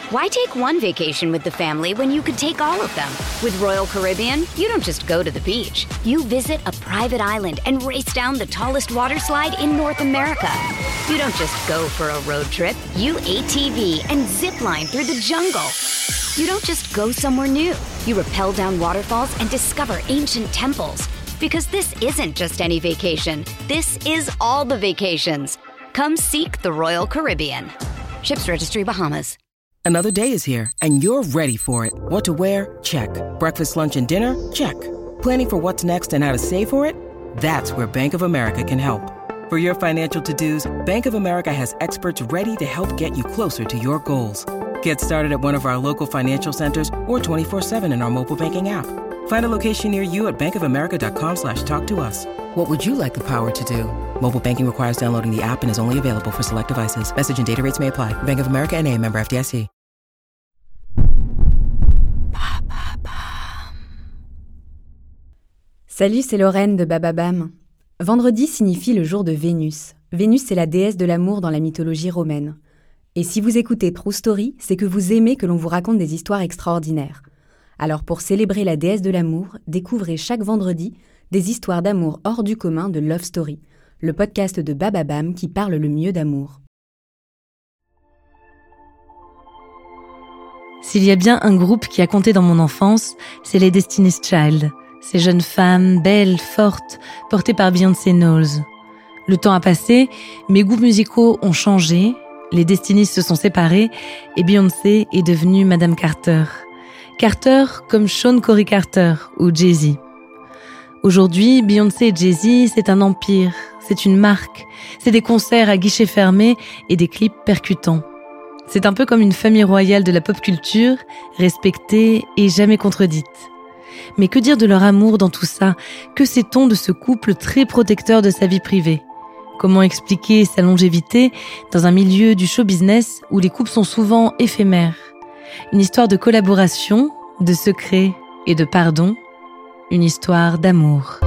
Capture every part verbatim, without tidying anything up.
Why take one vacation with the family when you could take all of them? With Royal Caribbean, you don't just go to the beach. You visit a private island and race down the tallest water slide in North America. You don't just go for a road trip. You A T V and zip line through the jungle. You don't just go somewhere new. You rappel down waterfalls and discover ancient temples. Because this isn't just any vacation. This is all the vacations. Come seek the Royal Caribbean. Ships Registry, Bahamas. Another day is here, and you're ready for it. What to wear? Check. Breakfast, lunch, and dinner? Check. Planning for what's next and how to save for it? That's where Bank of America can help. For your financial to-dos, Bank of America has experts ready to help get you closer to your goals. Get started at one of our local financial centers or twenty-four seven in our mobile banking app. Find a location near you at bankofamerica.com slash talk to us. What would you like the power to do? Mobile banking requires downloading the app and is only available for select devices. Message and data rates may apply. Bank of America N A, member F D I C. Salut, c'est Lorraine de Bababam. Vendredi signifie le jour de Vénus. Vénus, c'est la déesse de l'amour dans la mythologie romaine. Et si vous écoutez True Story, c'est que vous aimez que l'on vous raconte des histoires extraordinaires. Alors pour célébrer la déesse de l'amour, découvrez chaque vendredi des histoires d'amour hors du commun de Love Story, le podcast de Bababam qui parle le mieux d'amour. S'il y a bien un groupe qui a compté dans mon enfance, c'est les Destiny's Child. Ces jeunes femmes, belles, fortes, portées par Beyoncé Knowles. Le temps a passé, mes goûts musicaux ont changé, les Destiny's se sont séparés et Beyoncé est devenue Madame Carter. Carter comme Sean Corey Carter ou Jay-Z. Aujourd'hui, Beyoncé et Jay-Z, c'est un empire, c'est une marque, c'est des concerts à guichets fermés et des clips percutants. C'est un peu comme une famille royale de la pop culture, respectée et jamais contredite. Mais que dire de leur amour dans tout ça? Que sait-on de ce couple très protecteur de sa vie privée? Comment expliquer sa longévité dans un milieu du show business où les couples sont souvent éphémères? Une histoire de collaboration, de secret et de pardon. Une histoire d'amour.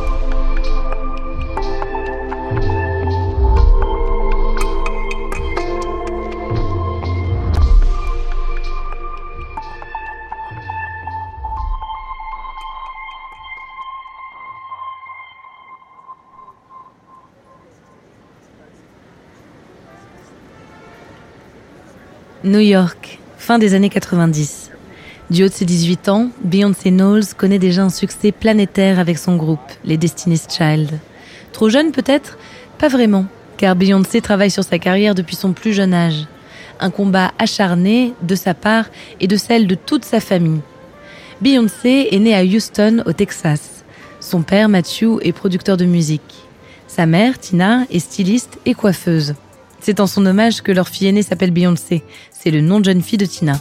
New York, fin des années quatre-vingt-dix. Du haut de ses dix-huit ans, Beyoncé Knowles connaît déjà un succès planétaire avec son groupe, les Destiny's Child. Trop jeune peut-être? Pas vraiment, car Beyoncé travaille sur sa carrière depuis son plus jeune âge. Un combat acharné de sa part et de celle de toute sa famille. Beyoncé est née à Houston, au Texas. Son père, Matthew, est producteur de musique. Sa mère, Tina, est styliste et coiffeuse. C'est en son hommage que leur fille aînée s'appelle Beyoncé. C'est le nom de jeune fille de Tina.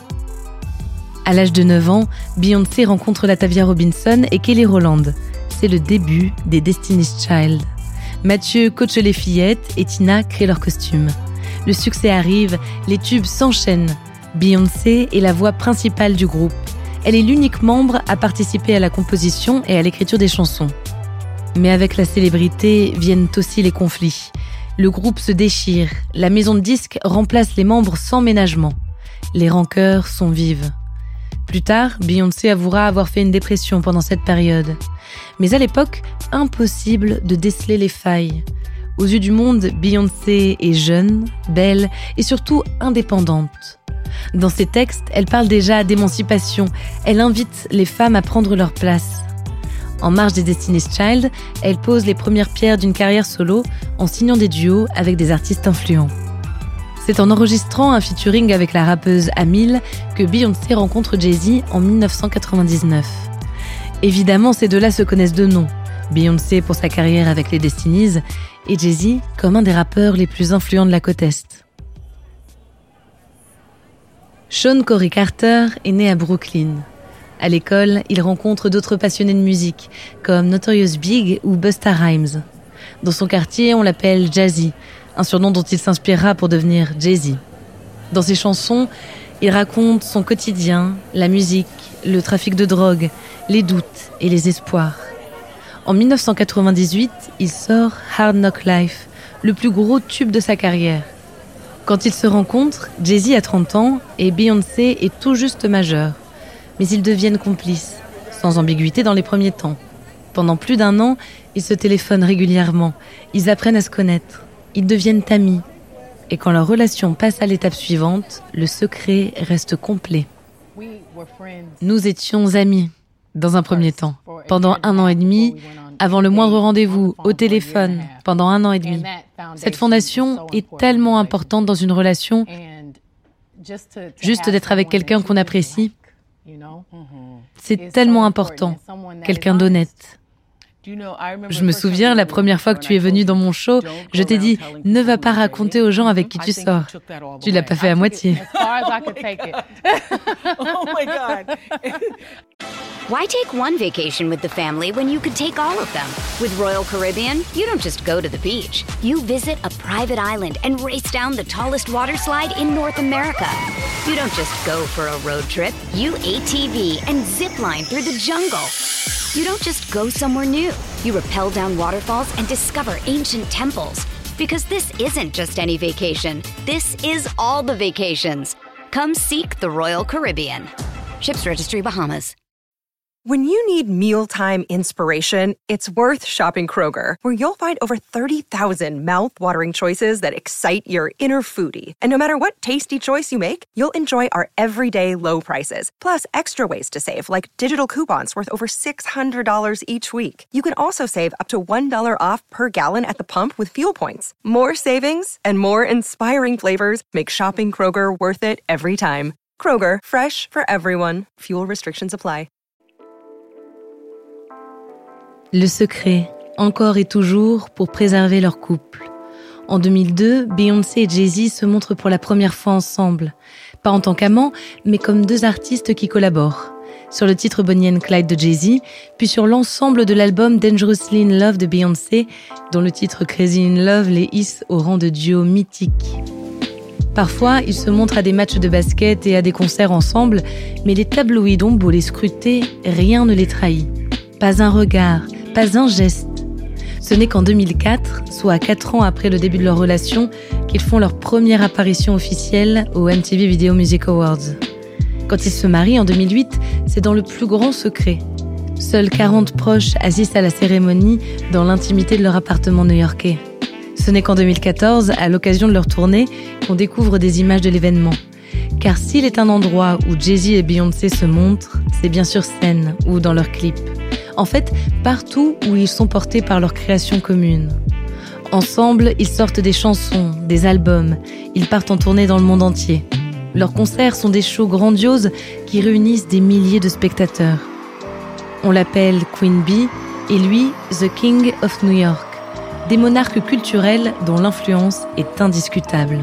À l'âge de neuf ans, Beyoncé rencontre Latavia Robinson et Kelly Rowland. C'est le début des Destiny's Child. Mathieu coach les fillettes et Tina crée leurs costumes. Le succès arrive, les tubes s'enchaînent. Beyoncé est la voix principale du groupe. Elle est l'unique membre à participer à la composition et à l'écriture des chansons. Mais avec la célébrité viennent aussi les conflits. Le groupe se déchire, la maison de disques remplace les membres sans ménagement. Les rancœurs sont vives. Plus tard, Beyoncé avouera avoir fait une dépression pendant cette période. Mais à l'époque, impossible de déceler les failles. Aux yeux du monde, Beyoncé est jeune, belle et surtout indépendante. Dans ses textes, elle parle déjà d'émancipation. Elle invite les femmes à prendre leur place. En marge des Destiny's Child, elle pose les premières pierres d'une carrière solo en signant des duos avec des artistes influents. C'est en enregistrant un featuring avec la rappeuse Amil que Beyoncé rencontre Jay-Z en dix-neuf cent quatre-vingt-dix-neuf. Évidemment, ces deux-là se connaissent de nom. Beyoncé pour sa carrière avec les Destiny's et Jay-Z comme un des rappeurs les plus influents de la côte Est. Sean Corey Carter est né à Brooklyn. À l'école, il rencontre d'autres passionnés de musique, comme Notorious Big ou Busta Rhymes. Dans son quartier, on l'appelle Jazzy, un surnom dont il s'inspirera pour devenir Jay-Z. Dans ses chansons, il raconte son quotidien, la musique, le trafic de drogue, les doutes et les espoirs. En dix-neuf cent quatre-vingt-dix-huit, il sort Hard Knock Life, le plus gros tube de sa carrière. Quand ils se rencontrent, Jay-Z a trente ans et Beyoncé est tout juste majeure. Mais ils deviennent complices, sans ambiguïté dans les premiers temps. Pendant plus d'un an, ils se téléphonent régulièrement, ils apprennent à se connaître, ils deviennent amis. Et quand leur relation passe à l'étape suivante, le secret reste complet. Nous étions amis, dans un premier temps, pendant un an et demi, avant le moindre rendez-vous, au téléphone, pendant un an et demi. Cette fondation est tellement importante dans une relation, juste d'être avec quelqu'un qu'on apprécie. C'est tellement important, quelqu'un d'honnête. Je me souviens, la première fois que tu es venu dans mon show, je t'ai dit « Ne va pas raconter aux gens avec qui tu sors ». Tu l'as pas fait à moitié. Why take one vacation with the family when you could take all of them? With Royal Caribbean, you don't just go to the beach. You visit a private island and race down the tallest water slide in North America. You don't just go for a road trip. You A T V and zip line through the jungle. You don't just go somewhere new. You rappel down waterfalls and discover ancient temples. Because this isn't just any vacation. This is all the vacations. Come seek the Royal Caribbean. Ships Registry, Bahamas. When you need mealtime inspiration, it's worth shopping Kroger, where you'll find over thirty thousand mouth-watering choices that excite your inner foodie. And no matter what tasty choice you make, you'll enjoy our everyday low prices, plus extra ways to save, like digital coupons worth over six hundred dollars each week. You can also save up to one dollar off per gallon at the pump with fuel points. More savings and more inspiring flavors make shopping Kroger worth it every time. Kroger, fresh for everyone. Fuel restrictions apply. Le secret, encore et toujours, pour préserver leur couple. En deux mille deux, Beyoncé et Jay-Z se montrent pour la première fois ensemble. Pas en tant qu'amants, mais comme deux artistes qui collaborent. Sur le titre Bonnie and Clyde de Jay-Z, puis sur l'ensemble de l'album Dangerously in Love de Beyoncé, dont le titre Crazy in Love les hisse au rang de duo mythique. Parfois, ils se montrent à des matchs de basket et à des concerts ensemble, mais les tabloïds ont beau les scruter, rien ne les trahit. Pas un regard, pas un geste. Ce n'est qu'en deux mille quatre, soit quatre ans après le début de leur relation, qu'ils font leur première apparition officielle aux M T V Video Music Awards. Quand ils se marient en deux mille huit, c'est dans le plus grand secret. Seuls quarante proches assistent à la cérémonie dans l'intimité de leur appartement new-yorkais. Ce n'est qu'en deux mille quatorze, à l'occasion de leur tournée, qu'on découvre des images de l'événement. Car s'il est un endroit où Jay-Z et Beyoncé se montrent, c'est bien sur scène ou dans leurs clips. En fait, partout où ils sont portés par leur création commune. Ensemble, ils sortent des chansons, des albums, ils partent en tournée dans le monde entier. Leurs concerts sont des shows grandioses qui réunissent des milliers de spectateurs. On l'appelle Queen Bee et lui, The King of New York, des monarques culturels dont l'influence est indiscutable.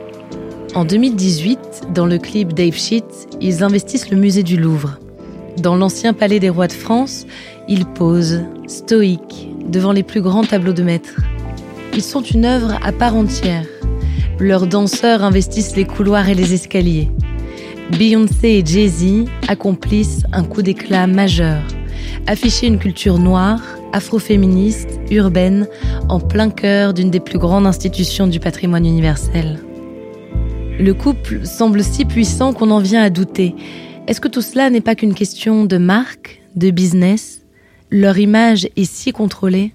En deux mille dix-huit, dans le clip Dave Shit, ils investissent le musée du Louvre. Dans l'ancien palais des rois de France, ils posent, stoïques, devant les plus grands tableaux de maître. Ils sont une œuvre à part entière. Leurs danseurs investissent les couloirs et les escaliers. Beyoncé et Jay-Z accomplissent un coup d'éclat majeur. Afficher une culture noire, afroféministe, urbaine, en plein cœur d'une des plus grandes institutions du patrimoine universel. Le couple semble si puissant qu'on en vient à douter. Est-ce que tout cela n'est pas qu'une question de marque, de business ? Leur image est si contrôlée.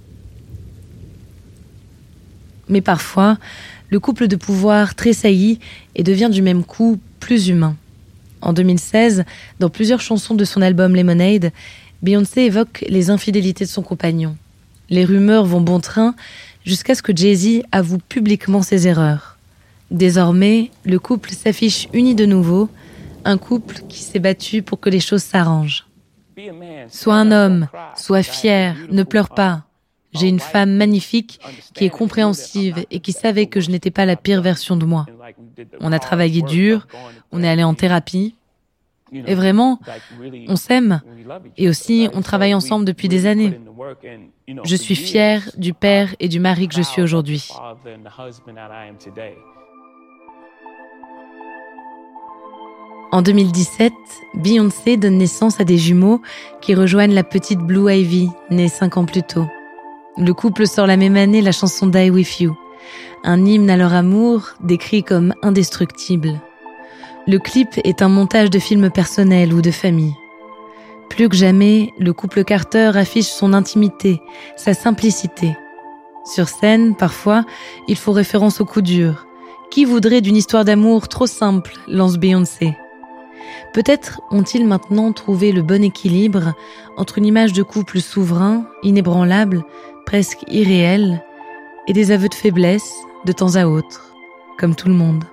Mais parfois, le couple de pouvoir tressaillit et devient du même coup plus humain. En deux mille seize, dans plusieurs chansons de son album Lemonade, Beyoncé évoque les infidélités de son compagnon. Les rumeurs vont bon train jusqu'à ce que Jay-Z avoue publiquement ses erreurs. Désormais, le couple s'affiche uni de nouveau, un couple qui s'est battu pour que les choses s'arrangent. Sois un homme, sois fier, ne pleure pas. J'ai une femme magnifique qui est compréhensive et qui savait que je n'étais pas la pire version de moi. On a travaillé dur, on est allé en thérapie. Et vraiment, on s'aime. Et aussi, on travaille ensemble depuis des années. Je suis fière du père et du mari que je suis aujourd'hui. En deux mille dix-sept, Beyoncé donne naissance à des jumeaux qui rejoignent la petite Blue Ivy, née cinq ans plus tôt. Le couple sort la même année la chanson Die With You. Un hymne à leur amour décrit comme indestructible. Le clip est un montage de films personnels ou de famille. Plus que jamais, le couple Carter affiche son intimité, sa simplicité. Sur scène, parfois, il faut référence au coup dur. Qui voudrait d'une histoire d'amour trop simple, lance Beyoncé. Peut-être ont-ils maintenant trouvé le bon équilibre entre une image de couple souverain, inébranlable, presque irréel, et des aveux de faiblesse de temps à autre, comme tout le monde.